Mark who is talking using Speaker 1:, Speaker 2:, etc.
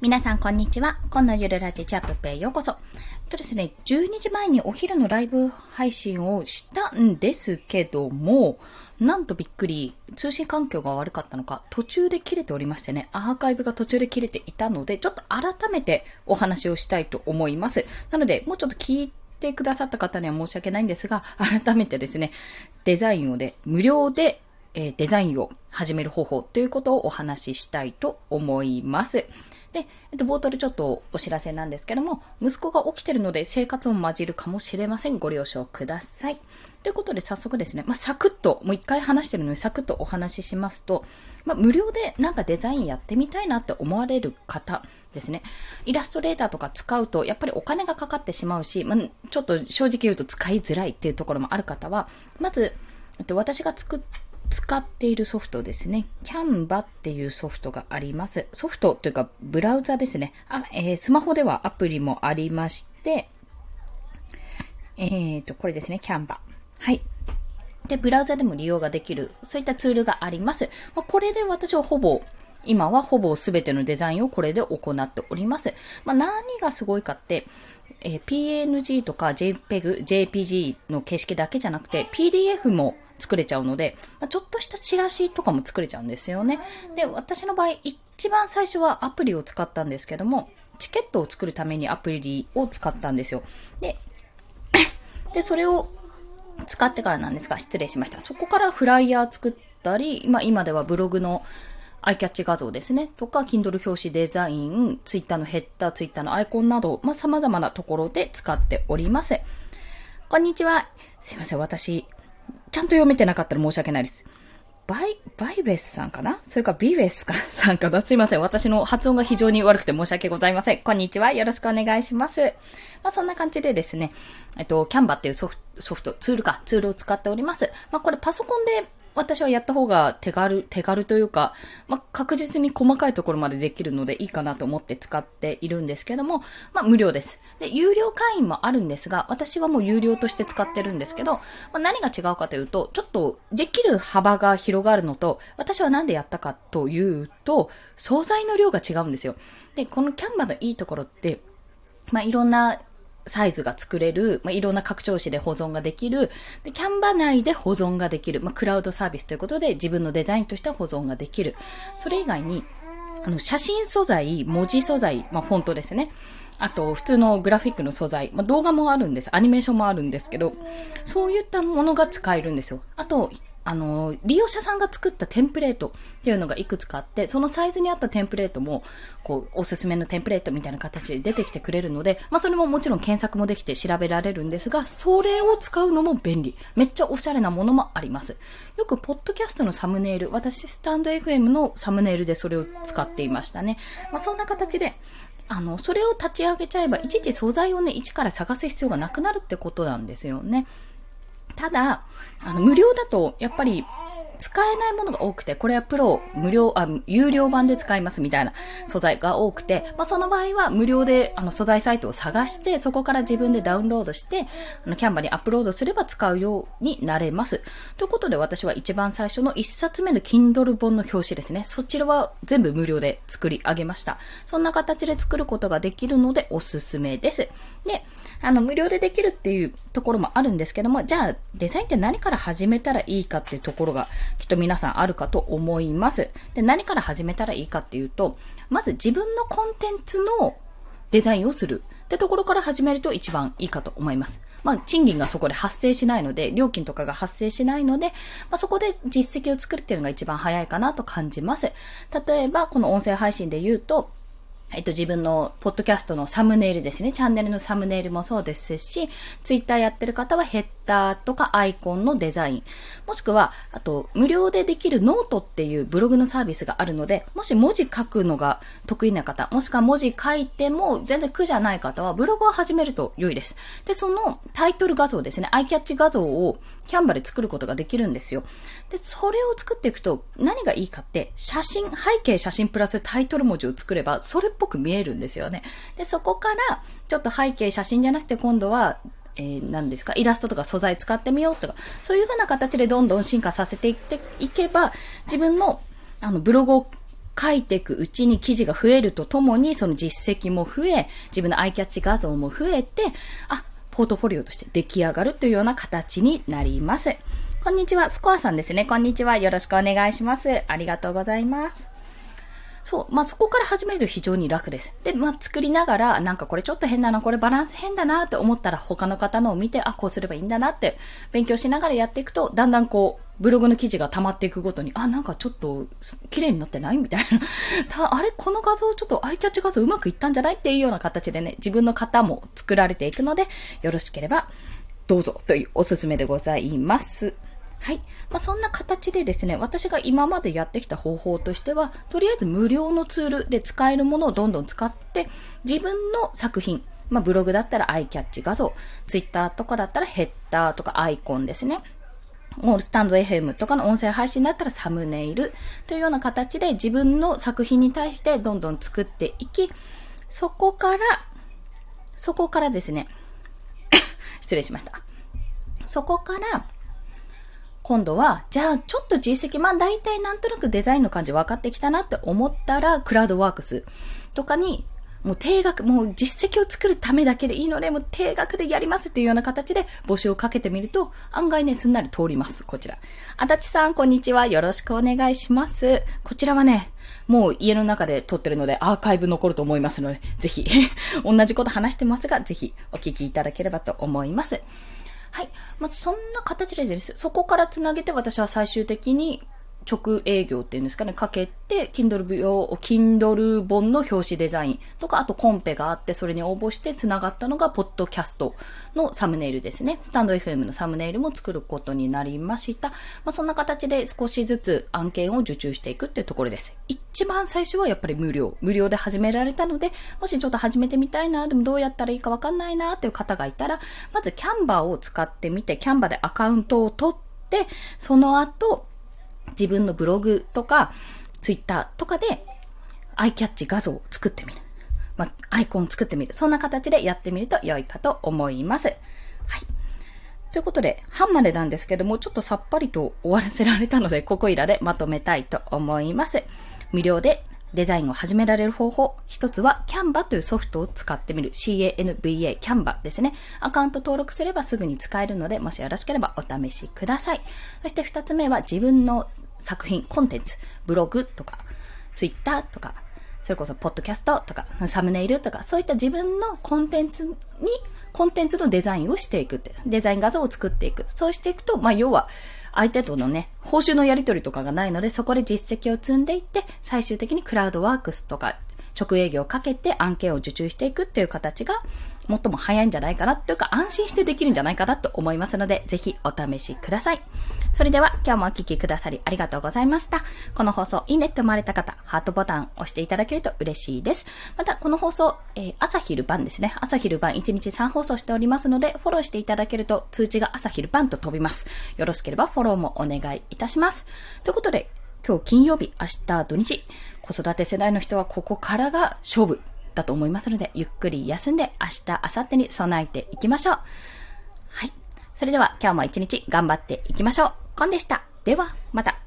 Speaker 1: 皆さんこんにちは。今のゆるラジチャップペへようこそ。ですね、12時前にお昼のライブ配信をしたんですけども、なんとびっくり、通信環境が悪かったのか、途中で切れておりましてね、アーカイブが途中で切れていたので、ちょっと改めてお話をしたいと思います。なので、もうちょっと聞いてくださった方には申し訳ないんですが、改めてですね、デザインを無料でデザインを始める方法ということをお話ししたいと思います。で、冒頭でちょっとお知らせなんですけども、息子が起きてるので生活も混じるかもしれません。ご了承ください。ということで早速ですね、サクッと、もう一回話してるのにサクッとお話ししますと、無料でなんかデザインやってみたいなって思われる方ですね。イラストレーターとか使うとやっぱりお金がかかってしまうし、ちょっと正直言うと使いづらいっていうところもある方は、まず、私が使っているソフトですね。キャンバっていうソフトがあります。ソフトというかブラウザですね。スマホではアプリもありまして、これですね、キャンバ。はい。で、ブラウザでも利用ができる、そういったツールがあります。これで私は今はほぼ全てのデザインをこれで行っております。何がすごいかって、PNG とか JPEG、JPG の形式だけじゃなくて PDF も作れちゃうので、ちょっとしたチラシとかも作れちゃうんですよね。で、私の場合、一番最初はアプリを使ったんですけども、チケットを作るためにアプリを使ったんですよ。で、それを使ってからなんですが、失礼しました。そこからフライヤー作ったり、今ではブログのアイキャッチ画像ですね。とか、Kindle 表紙デザイン、Twitter のヘッダー、Twitter のアイコンなど、様々なところで使っております。こんにちは。すいません、私、ちゃんと読めてなかったら申し訳ないです。バイベスさんかな？それかビベスさんかな？すいません。私の発音が非常に悪くて申し訳ございません。こんにちは。よろしくお願いします。そんな感じでですね、キャンバっていうソフト、ツールを使っております。これパソコンで私はやった方が手軽というか、確実に細かいところまでできるのでいいかなと思って使っているんですけども、無料です。で、有料会員もあるんですが、私はもう有料として使ってるんですけど、何が違うかというと、ちょっとできる幅が広がるのと、私はなんでやったかというと、素材の量が違うんですよ。で、このキャンバのいいところって、いろんなサイズが作れる、いろんな拡張子で保存ができる、で、キャンバ内で保存ができる、クラウドサービスということで自分のデザインとしては保存ができる。それ以外に、写真素材、文字素材、フォントですね。あと、普通のグラフィックの素材、動画もあるんです。アニメーションもあるんですけど、そういったものが使えるんですよ。あと、利用者さんが作ったテンプレートっていうのがいくつかあって、そのサイズに合ったテンプレートも、おすすめのテンプレートみたいな形で出てきてくれるので、それももちろん検索もできて調べられるんですが、それを使うのも便利。めっちゃおしゃれなものもあります。よく、ポッドキャストのサムネイル、私、スタンド FM のサムネイルでそれを使っていましたね。そんな形で、それを立ち上げちゃえば、いちいち素材を一から探す必要がなくなるってことなんですよね。ただ、無料だと、やっぱり、使えないものが多くて、これは有料版で使いますみたいな素材が多くて、その場合は無料で素材サイトを探して、そこから自分でダウンロードして、キャンバにアップロードすれば使うようになれます。ということで私は一番最初の1冊目の Kindle 本の表紙ですね。そちらは全部無料で作り上げました。そんな形で作ることができるのでおすすめです。で、無料でできるっていうところもあるんですけども、じゃあデザインって何から始めたらいいかっていうところがきっと皆さんあるかと思います。で、何から始めたらいいかっていうと、まず自分のコンテンツのデザインをするってところから始めると一番いいかと思います。賃金がそこで発生しないので、料金とかが発生しないので、そこで実績を作るっていうのが一番早いかなと感じます。例えば、この音声配信で言うと、自分のポッドキャストのサムネイルですね。チャンネルのサムネイルもそうですし、ツイッターやってる方はヘッダーとかアイコンのデザイン。もしくは、あと、無料でできるノートっていうブログのサービスがあるので、もし文字書くのが得意な方、もしくは文字書いても全然苦じゃない方は、ブログを始めると良いです。で、そのタイトル画像ですね。アイキャッチ画像をキャンバで作ることができるんですよ。で、それを作っていくと何がいいかって、背景写真プラスタイトル文字を作れば、それっぽく見えるんですよね。で、そこから、ちょっと背景写真じゃなくて今度は、何ですか、イラストとか素材使ってみようとか、そういう風な形でどんどん進化させていけば、自分の、ブログを書いていくうちに記事が増えるとともに、その実績も増え、自分のアイキャッチ画像も増えて、ポートフォリオとして出来上がるというような形になります。こんにちは、スコアさんですね。こんにちは。よろしくお願いします。ありがとうございます。そう。そこから始めると非常に楽です。で、作りながら、なんかこれちょっと変だな、これバランス変だなって思ったら他の方のを見て、こうすればいいんだなって勉強しながらやっていくと、だんだんブログの記事が溜まっていくごとに、なんかちょっと綺麗になってないみたいな。あれこの画像ちょっとアイキャッチ画像うまくいったんじゃないっていうような形でね、自分の型も作られていくので、よろしければどうぞというおすすめでございます。はい。そんな形でですね、私が今までやってきた方法としては、とりあえず無料のツールで使えるものをどんどん使って、自分の作品、ブログだったらアイキャッチ画像、ツイッターとかだったらヘッダーとかアイコンですね。スタンド FM とかの音声配信だったらサムネイルというような形で自分の作品に対してどんどん作っていき、そこからですね、失礼しました。そこから、今度は、じゃあちょっと実績、大体なんとなくデザインの感じ分かってきたなって思ったら、クラウドワークスとかに、もう定額、もう実績を作るためだけでいいので、もう定額でやりますっていうような形で募集をかけてみると、案外ね、すんなり通ります。こちら。足立さん、こんにちは。よろしくお願いします。こちらはね、もう家の中で撮ってるのでアーカイブ残ると思いますので、ぜひ、同じこと話してますが、ぜひお聞きいただければと思います。はい。そんな形でです。そこからつなげて私は最終的に直営業っていうんですかね、かけて、Kindle 本の表紙デザインとか、あとコンペがあって、それに応募してつながったのが、ポッドキャストのサムネイルですね。スタンド FM のサムネイルも作ることになりました。そんな形で少しずつ案件を受注していくっていうところです。一番最初はやっぱり無料で始められたので、もしちょっと始めてみたいな、でもどうやったらいいかわかんないなっていう方がいたら、まずキャンバーを使ってみて、キャンバーでアカウントを取って、その後、自分のブログとかツイッターとかでアイキャッチ画像を作ってみる。アイコンを作ってみる。そんな形でやってみると良いかと思います。はい。ということで、半までなんですけども、ちょっとさっぱりと終わらせられたので、ここいらでまとめたいと思います。無料でデザインを始められる方法。一つは Canva というソフトを使ってみる。CANVA、Canva ですね。アカウント登録すればすぐに使えるので、もしよろしければお試しください。そして二つ目は自分の作品、コンテンツ、ブログとか、ツイッターとか、それこそポッドキャストとか、サムネイルとか、そういった自分のコンテンツのデザインをしていくって、デザイン画像を作っていく。そうしていくと、要は、相手とのね、報酬のやり取りとかがないので、そこで実績を積んでいって、最終的にクラウドワークスとか、直営業をかけて案件を受注していくっていう形が、最も早いんじゃないかなというか、安心してできるんじゃないかなと思いますので、ぜひお試しください。それでは、今日もお聞きくださりありがとうございました。この放送、いいねって思われた方、ハートボタンを押していただけると嬉しいです。また、この放送、朝昼晩ですね。朝昼晩1日3放送しておりますので、フォローしていただけると通知が朝昼晩と飛びます。よろしければフォローもお願いいたします。ということで、今日金曜日、明日土日、子育て世代の人はここからが勝負だと思いますので、ゆっくり休んで明日、明後日に備えていきましょう。はい。それでは今日も一日頑張っていきましょう。コンでした。では、また。